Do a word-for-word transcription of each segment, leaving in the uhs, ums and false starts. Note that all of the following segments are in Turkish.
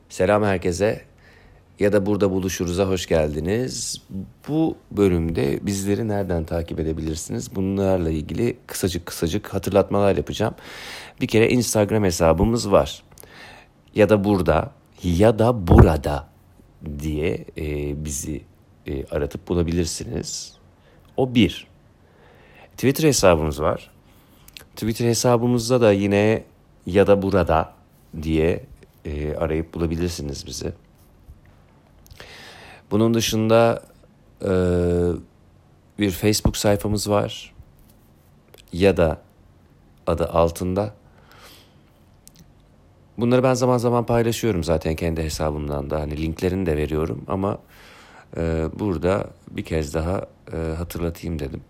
Selam herkese ya da burada buluşuruz'a hoş geldiniz. Bu bölümde bizleri nereden takip edebilirsiniz? Bunlarla ilgili kısacık kısacık hatırlatmalar yapacağım. Bir kere Instagram hesabımız var. Ya da burada ya da burada diye e, bizi e, aratıp bulabilirsiniz. O bir. Twitter hesabımız var. Twitter hesabımızda da yine ya da burada diye e, arayıp bulabilirsiniz bizi. Bunun dışında e, bir Facebook sayfamız var. Ya da adı altında. Bunları ben zaman zaman paylaşıyorum zaten kendi hesabımdan da. Hani linklerini de veriyorum ama e, burada bir kez daha e, hatırlatayım dedim.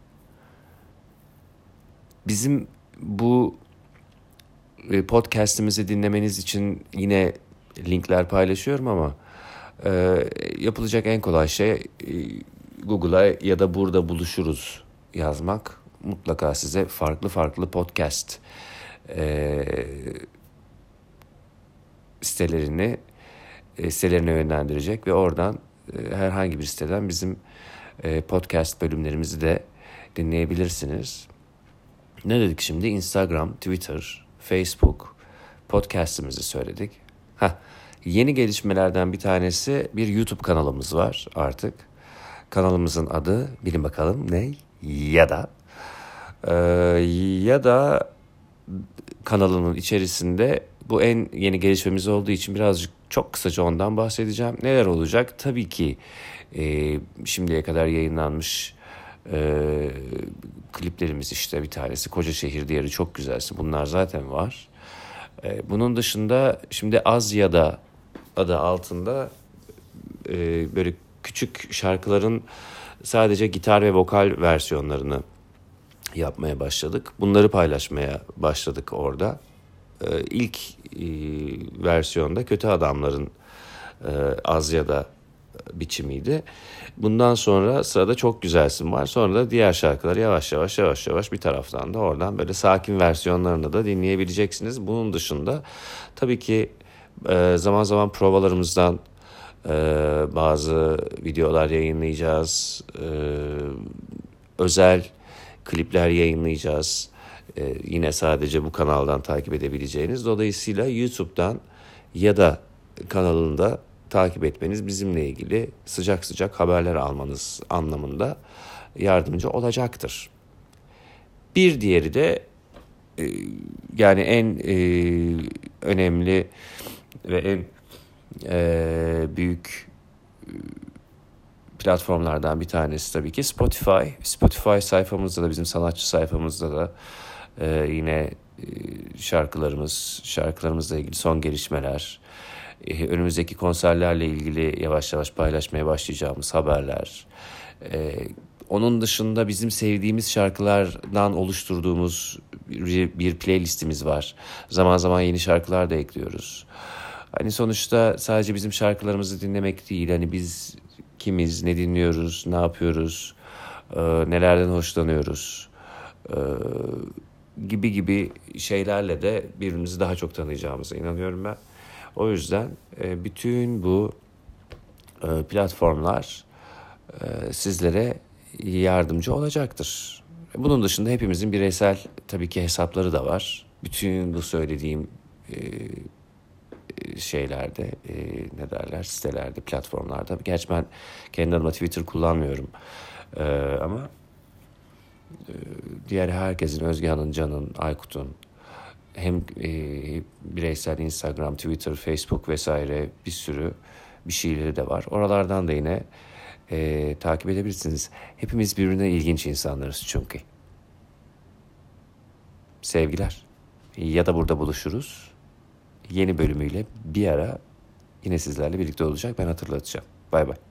Bizim bu podcast'imizi dinlemeniz için yine linkler paylaşıyorum ama e, yapılacak en kolay şey e, Google'a ya da burada buluşuruz yazmak. Mutlaka size farklı farklı podcast e, sitelerini e, sitelerine yönlendirecek ve oradan e, herhangi bir siteden bizim e, podcast bölümlerimizi de dinleyebilirsiniz. Ne dedik şimdi? Instagram, Twitter, Facebook, podcast'imizi söyledik. Heh, yeni gelişmelerden bir tanesi bir YouTube kanalımız var artık. Kanalımızın adı bilin bakalım ne? Ya da ee, ya da kanalının içerisinde bu en yeni gelişmemiz olduğu için birazcık çok kısaca ondan bahsedeceğim. Neler olacak? Tabii ki e, şimdiye kadar yayınlanmış e, kliplerimiz işte bir tanesi Kocaşehir, diğeri Çok Güzelsin. Bunlar zaten var. E, bunun dışında şimdi Az ya da adı altında e, böyle küçük şarkıların sadece gitar ve vokal versiyonlarını yapmaya başladık. Bunları paylaşmaya başladık orada. Ee, ilk e, versiyonda Kötü Adamların e, Az ya da biçimiydi. Bundan sonra sırada Çok Güzelsin var. Sonra da diğer şarkıları yavaş yavaş yavaş yavaş bir taraftan da oradan böyle sakin versiyonlarını da dinleyebileceksiniz. Bunun dışında tabii ki e, zaman zaman provalarımızdan e, bazı videolar yayınlayacağız. E, özel klipler yayınlayacağız. Ee, yine sadece bu kanaldan takip edebileceğiniz. Dolayısıyla YouTube'dan ya da kanalında takip etmeniz bizimle ilgili sıcak sıcak haberler almanız anlamında yardımcı olacaktır. Bir diğeri de e, yani en e, önemli ve en e, büyük e, platformlardan bir tanesi tabii ki Spotify. Spotify sayfamızda da bizim sanatçı sayfamızda da e, yine e, şarkılarımız, şarkılarımızla ilgili son gelişmeler, e, önümüzdeki konserlerle ilgili yavaş yavaş paylaşmaya başlayacağımız haberler. E, onun dışında bizim sevdiğimiz şarkılardan oluşturduğumuz bir, bir playlistimiz var. Zaman zaman yeni şarkılar da ekliyoruz. Hani sonuçta sadece bizim şarkılarımızı dinlemek değil, hani biz kimiz, ne dinliyoruz, ne yapıyoruz, e, nelerden hoşlanıyoruz e, gibi gibi şeylerle de birbirimizi daha çok tanıyacağımıza inanıyorum ben. O yüzden e, bütün bu e, platformlar e, sizlere yardımcı olacaktır. Bunun dışında hepimizin bireysel tabii ki hesapları da var. Bütün bu söylediğim e, şeylerde e, ne derler sitelerde, platformlarda. Gerçi ben kendi adıma Twitter kullanmıyorum. E, ama e, diğer herkesin, Özgehan'ın, Can'ın, Aykut'un hem e, bireysel Instagram, Twitter, Facebook vesaire bir sürü bir şeyleri de var. Oralardan da yine e, takip edebilirsiniz. Hepimiz birbirine ilginç insanlarız çünkü. Sevgiler. Ya da burada buluşuruz. Yeni bölümüyle bir ara yine sizlerle birlikte olacak. Ben hatırlatacağım. Bay bay.